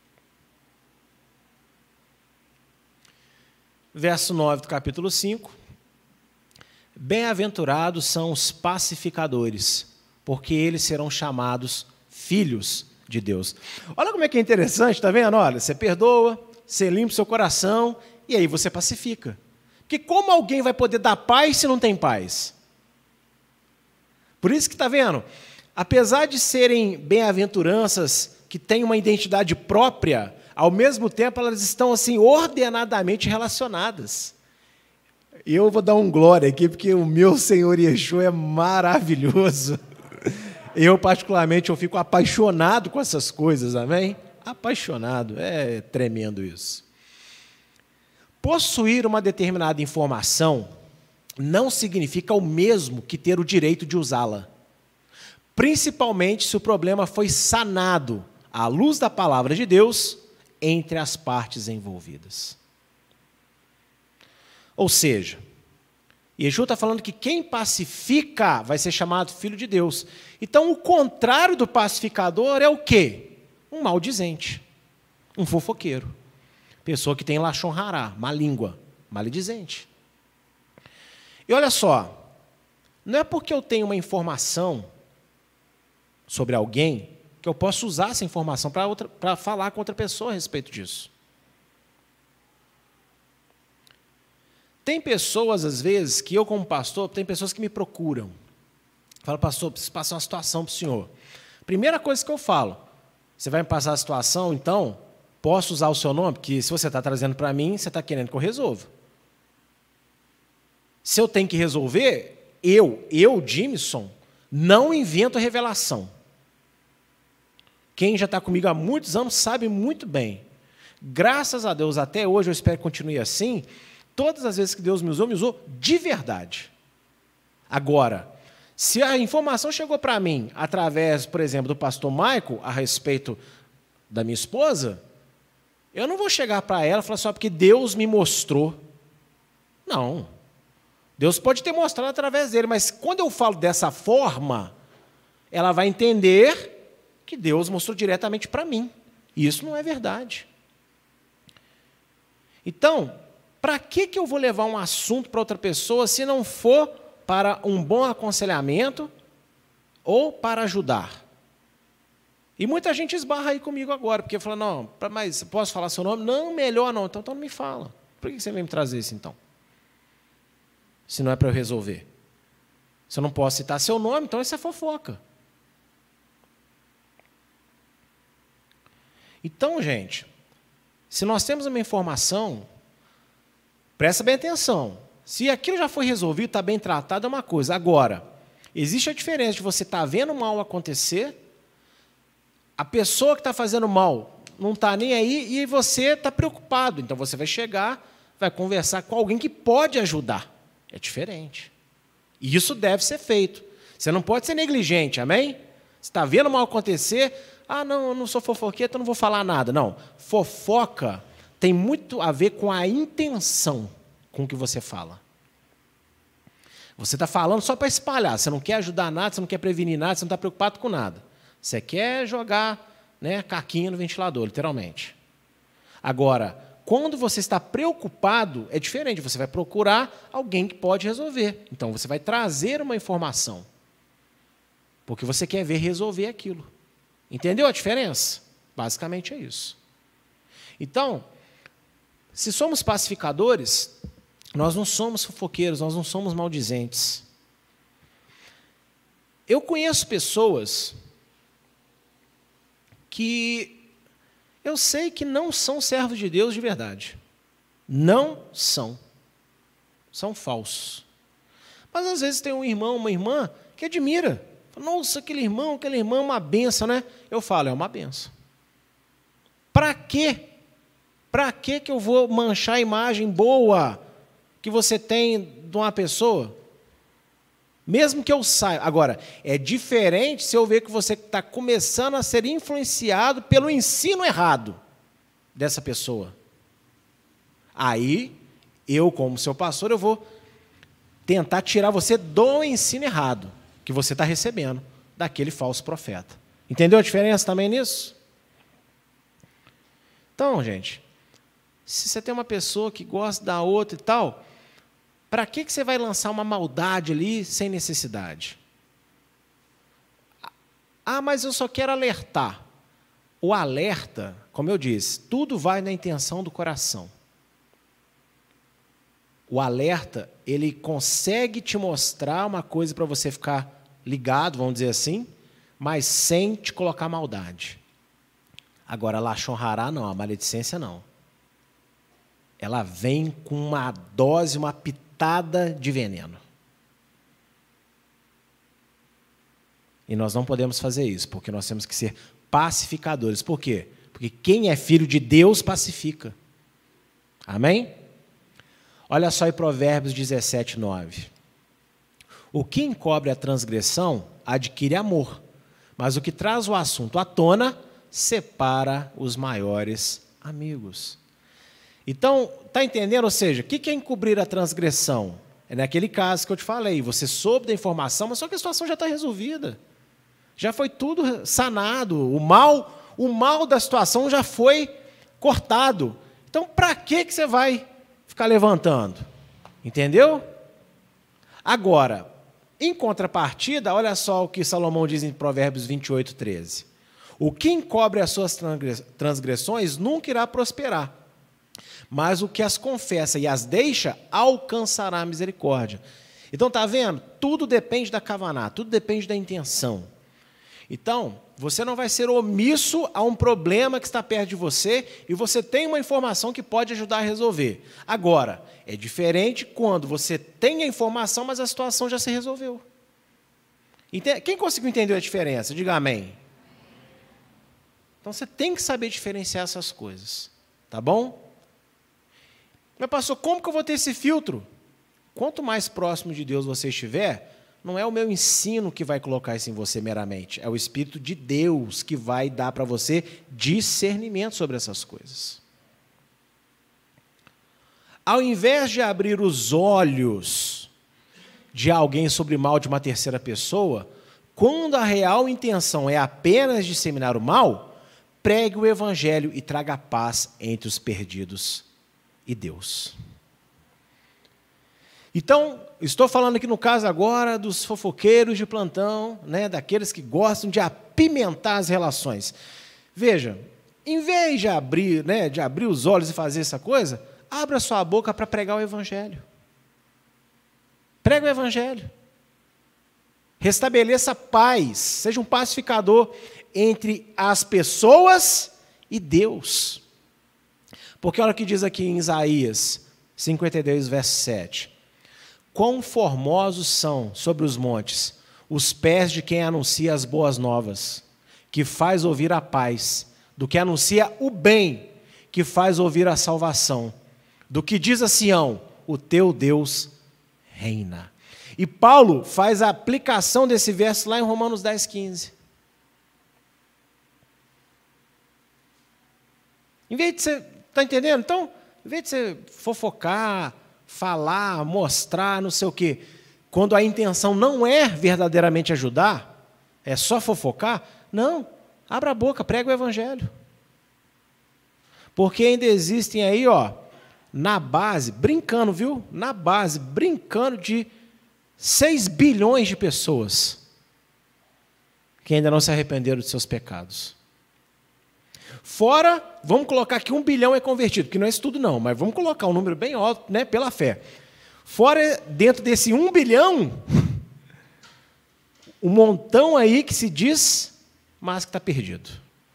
Verso nove do capítulo cinco. Bem-aventurados são os pacificadores, porque eles serão chamados filhos de Deus. Olha como é que é interessante, está vendo? Olha, você perdoa, você limpa o seu coração, e aí você pacifica. Porque como alguém vai poder dar paz se não tem paz? Por isso que está vendo, apesar de serem bem-aventuranças que têm uma identidade própria, ao mesmo tempo elas estão assim ordenadamente relacionadas. E eu vou dar um glória aqui, porque o meu Senhor Yeshua é maravilhoso. Eu, particularmente, eu fico apaixonado com essas coisas, amém? Apaixonado, é tremendo isso. Possuir uma determinada informação não significa o mesmo que ter o direito de usá-la, principalmente se o problema foi sanado à luz da palavra de Deus entre as partes envolvidas. Ou seja, Yeshua está falando que quem pacifica vai ser chamado filho de Deus. Então, o contrário do pacificador é o quê? Um maldizente, um fofoqueiro. Pessoa que tem lashon hará, má língua, maledizente. E olha só, não é porque eu tenho uma informação sobre alguém que eu posso usar essa informação para outra, para falar com outra pessoa a respeito disso. Tem pessoas, às vezes, que eu como pastor, tem pessoas que me procuram. Falo, pastor, preciso passar uma situação para o senhor. Primeira coisa que eu falo, você vai me passar a situação, então, posso usar o seu nome? Porque se você está trazendo para mim, você está querendo que eu resolva. Se eu tenho que resolver, eu, eu, Jimson, não invento revelação. Quem já está comigo há muitos anos sabe muito bem. Graças a Deus, até hoje, eu espero que continue assim, todas as vezes que Deus me usou, me usou de verdade. Agora, se a informação chegou para mim através, por exemplo, do pastor Michael, a respeito da minha esposa, eu não vou chegar para ela e falar só porque Deus me mostrou. Não. Deus pode ter mostrado através dele, mas quando eu falo dessa forma, ela vai entender que Deus mostrou diretamente para mim. E isso não é verdade. Então, para que que eu vou levar um assunto para outra pessoa se não for para um bom aconselhamento ou para ajudar? E muita gente esbarra aí comigo agora, porque fala, não, mas posso falar seu nome? Não, melhor não. Então, então não me fala. Por que você vem me trazer isso, então? se não é para eu resolver? Se eu não posso citar seu nome, então isso é fofoca. Então, gente, se nós temos uma informação, presta bem atenção. Se aquilo já foi resolvido, está bem tratado, é uma coisa. Agora, existe a diferença de você estar vendo o mal acontecer, a pessoa que está fazendo mal não está nem aí e você está preocupado. Então, você vai chegar, vai conversar com alguém que pode ajudar. É diferente. E isso deve ser feito. Você não pode ser negligente, amém? Você está vendo o mal acontecer, ah, não, eu não sou fofoqueiro, então não vou falar nada. Não, fofoca tem muito a ver com a intenção com o que você fala. Você está falando só para espalhar, você não quer ajudar nada, você não quer prevenir nada, você não está preocupado com nada. Você quer jogar, né, caquinha no ventilador, literalmente. Agora, quando você está preocupado, é diferente, você vai procurar alguém que pode resolver. Então, você vai trazer uma informação, porque você quer ver resolver aquilo. Entendeu a diferença? Basicamente é isso. Então, se somos pacificadores, nós não somos fofoqueiros, nós não somos maldizentes. Eu conheço pessoas que eu sei que não são servos de Deus de verdade. Não são. São falsos. Mas, às vezes, tem um irmão, uma irmã, que admira. Nossa, aquele irmão, aquela irmã é uma benção, né? Eu falo, é uma benção. Para quê? Para quê que eu vou manchar a imagem boa que você tem de uma pessoa? Mesmo que eu saiba. Agora, é diferente se eu ver que você está começando a ser influenciado pelo ensino errado dessa pessoa. Aí, eu, como seu pastor, eu vou tentar tirar você do ensino errado que você está recebendo daquele falso profeta. Entendeu a diferença também nisso? Então, gente, se você tem uma pessoa que gosta da outra e tal, para que que você vai lançar uma maldade ali sem necessidade? Ah, mas eu só quero alertar. O alerta, como eu disse, tudo vai na intenção do coração. O alerta, ele consegue te mostrar uma coisa para você ficar ligado, vamos dizer assim, mas sem te colocar maldade. Agora, Lachon Hará não, a maledicência não. Ela vem com uma dose, uma pitada de veneno. E nós não podemos fazer isso, porque nós temos que ser pacificadores. Por quê? Porque quem é filho de Deus pacifica. Amém? Olha só em Provérbios dezessete, nove. O que encobre a transgressão adquire amor, mas o que traz o assunto à tona separa os maiores amigos. Então, está entendendo? Ou seja, o que é encobrir a transgressão? É naquele caso que eu te falei, você soube da informação, mas só que a situação já está resolvida. Já foi tudo sanado, o mal, o mal da situação já foi cortado. Então, para que que você vai ficar levantando? Entendeu? Agora, em contrapartida, olha só o que Salomão diz em Provérbios vinte e oito, treze. O que encobre as suas transgressões nunca irá prosperar, mas o que as confessa e as deixa alcançará a misericórdia. Então, está vendo? Tudo depende da kavaná, tudo depende da intenção. Então, você não vai ser omisso a um problema que está perto de você e você tem uma informação que pode ajudar a resolver. Agora, é diferente quando você tem a informação, mas a situação já se resolveu. Quem conseguiu entender a diferença? Diga amém. Então, você tem que saber diferenciar essas coisas. Tá bom? Mas, pastor, como que eu vou ter esse filtro? Quanto mais próximo de Deus você estiver, não é o meu ensino que vai colocar isso em você meramente, é o Espírito de Deus que vai dar para você discernimento sobre essas coisas. Ao invés de abrir os olhos de alguém sobre o mal de uma terceira pessoa, quando a real intenção é apenas disseminar o mal, pregue o Evangelho e traga paz entre os perdidos e Deus. Então, estou falando aqui no caso agora dos fofoqueiros de plantão, né, daqueles que gostam de apimentar as relações. Veja, em vez de abrir, né, de abrir os olhos e fazer essa coisa, abra sua boca para pregar o Evangelho. Prega o evangelho. Restabeleça paz, seja um pacificador entre as pessoas e Deus. Porque olha o que diz aqui em Isaías cinquenta e dois, verso sete. Quão formosos são sobre os montes os pés de quem anuncia as boas novas, que faz ouvir a paz, do que anuncia o bem, que faz ouvir a salvação, do que diz a Sião, o teu Deus reina. E Paulo faz a aplicação desse verso lá em Romanos dez, quinze. Em vez de você, está entendendo? Então, em vez de você fofocar, falar, mostrar, não sei o quê, quando a intenção não é verdadeiramente ajudar, é só fofocar, não, abra a boca, prega o evangelho. Porque ainda existem aí, ó, na base, brincando, viu? Na base, brincando de seis bilhões de pessoas que ainda não se arrependeram de seus pecados. Fora, vamos colocar aqui um bilhão é convertido, porque não é isso tudo não, mas vamos colocar um número bem alto, né, pela fé. Fora, dentro desse um bilhão, um montão aí que se diz, mas que está perdido.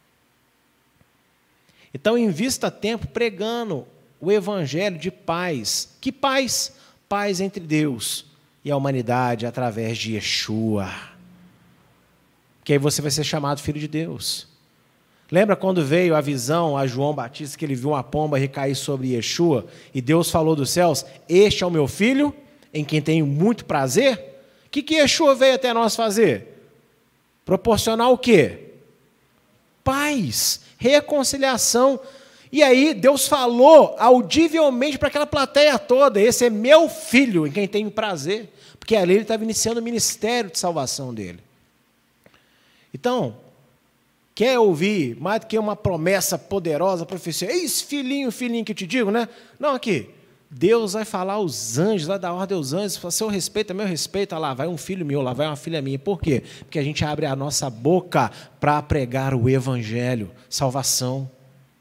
Então, invista tempo pregando o evangelho de paz. Que paz? Paz entre Deus e a humanidade através de Yeshua. Que aí você vai ser chamado filho de Deus. Lembra quando veio a visão a João Batista, que ele viu uma pomba recair sobre Yeshua, e Deus falou dos céus, este é o meu filho, em quem tenho muito prazer? O que, que Yeshua veio até nós fazer? Proporcionar o quê? Paz, reconciliação. E aí Deus falou audivelmente para aquela plateia toda, esse é meu filho, em quem tenho prazer, porque ali ele estava iniciando o ministério de salvação dele. Então, quer ouvir mais do que uma promessa poderosa, profecia? Eis, filhinho, filhinho que eu te digo, né? Não, aqui, Deus vai falar aos anjos, vai dar ordem aos anjos, seu respeito é meu respeito, lá vai um filho meu, lá vai uma filha minha. Por quê? Porque a gente abre a nossa boca para pregar o evangelho, salvação.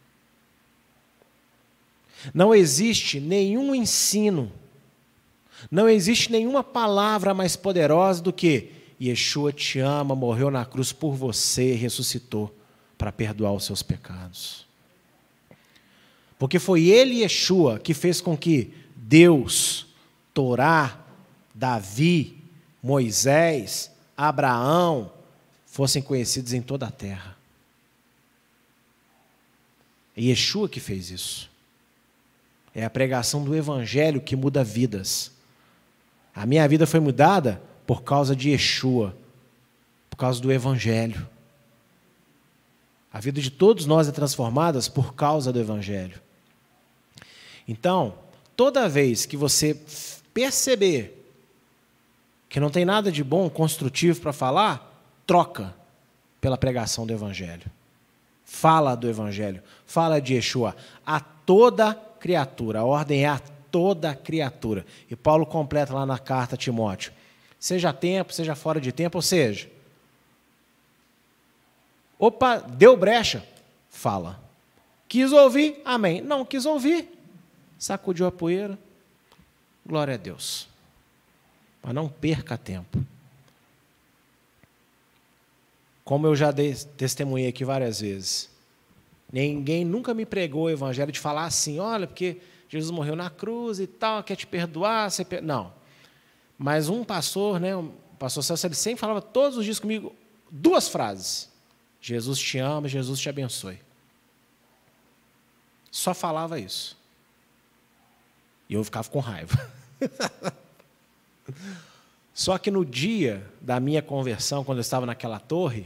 Não existe nenhum ensino, não existe nenhuma palavra mais poderosa do que Yeshua te ama, morreu na cruz por você, ressuscitou para perdoar os seus pecados. Porque foi ele, Yeshua, que fez com que Deus, Torá, Davi, Moisés, Abraão, fossem conhecidos em toda a terra. É Yeshua que fez isso. É a pregação do evangelho que muda vidas. A minha vida foi mudada por causa de Yeshua, por causa do evangelho. A vida de todos nós é transformada por causa do evangelho. Então, toda vez que você perceber que não tem nada de bom, construtivo para falar, troca pela pregação do evangelho. Fala do evangelho, fala de Yeshua a toda criatura. A ordem é a toda criatura. E Paulo completa lá na carta a Timóteo. Seja a tempo, seja fora de tempo, ou seja, opa, deu brecha, fala. Quis ouvir, amém. Não quis ouvir, sacudiu a poeira, glória a Deus. Mas não perca tempo. Como eu já dei, testemunhei aqui várias vezes, ninguém nunca me pregou o evangelho de falar assim, olha, porque Jesus morreu na cruz e tal, quer te perdoar, você per... não. Mas um pastor, né, o pastor Celso, ele sempre falava todos os dias comigo duas frases. Jesus te ama, Jesus te abençoe. Só falava isso. E eu ficava com raiva. Só que no dia da minha conversão, quando eu estava naquela torre,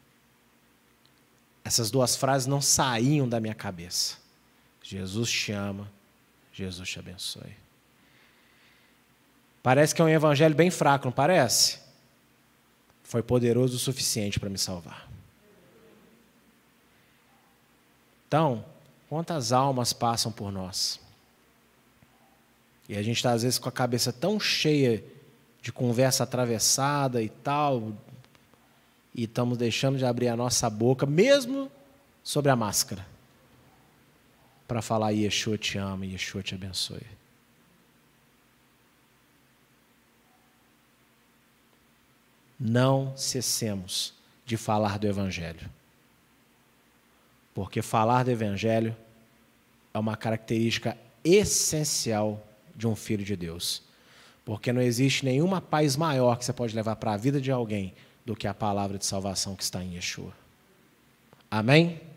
essas duas frases não saíam da minha cabeça. Jesus te ama, Jesus te abençoe. Parece que é um evangelho bem fraco, não parece? Foi poderoso o suficiente para me salvar. Então, quantas almas passam por nós? E a gente está, às vezes, com a cabeça tão cheia de conversa atravessada e tal, e estamos deixando de abrir a nossa boca, mesmo sobre a máscara, para falar Yeshua te ama, Yeshua te abençoe. não cessemos de falar do Evangelho. Porque falar do Evangelho é uma característica essencial de um filho de Deus. Porque não existe nenhuma paz maior que você pode levar para a vida de alguém do que a palavra de salvação que está em Yeshua. Amém?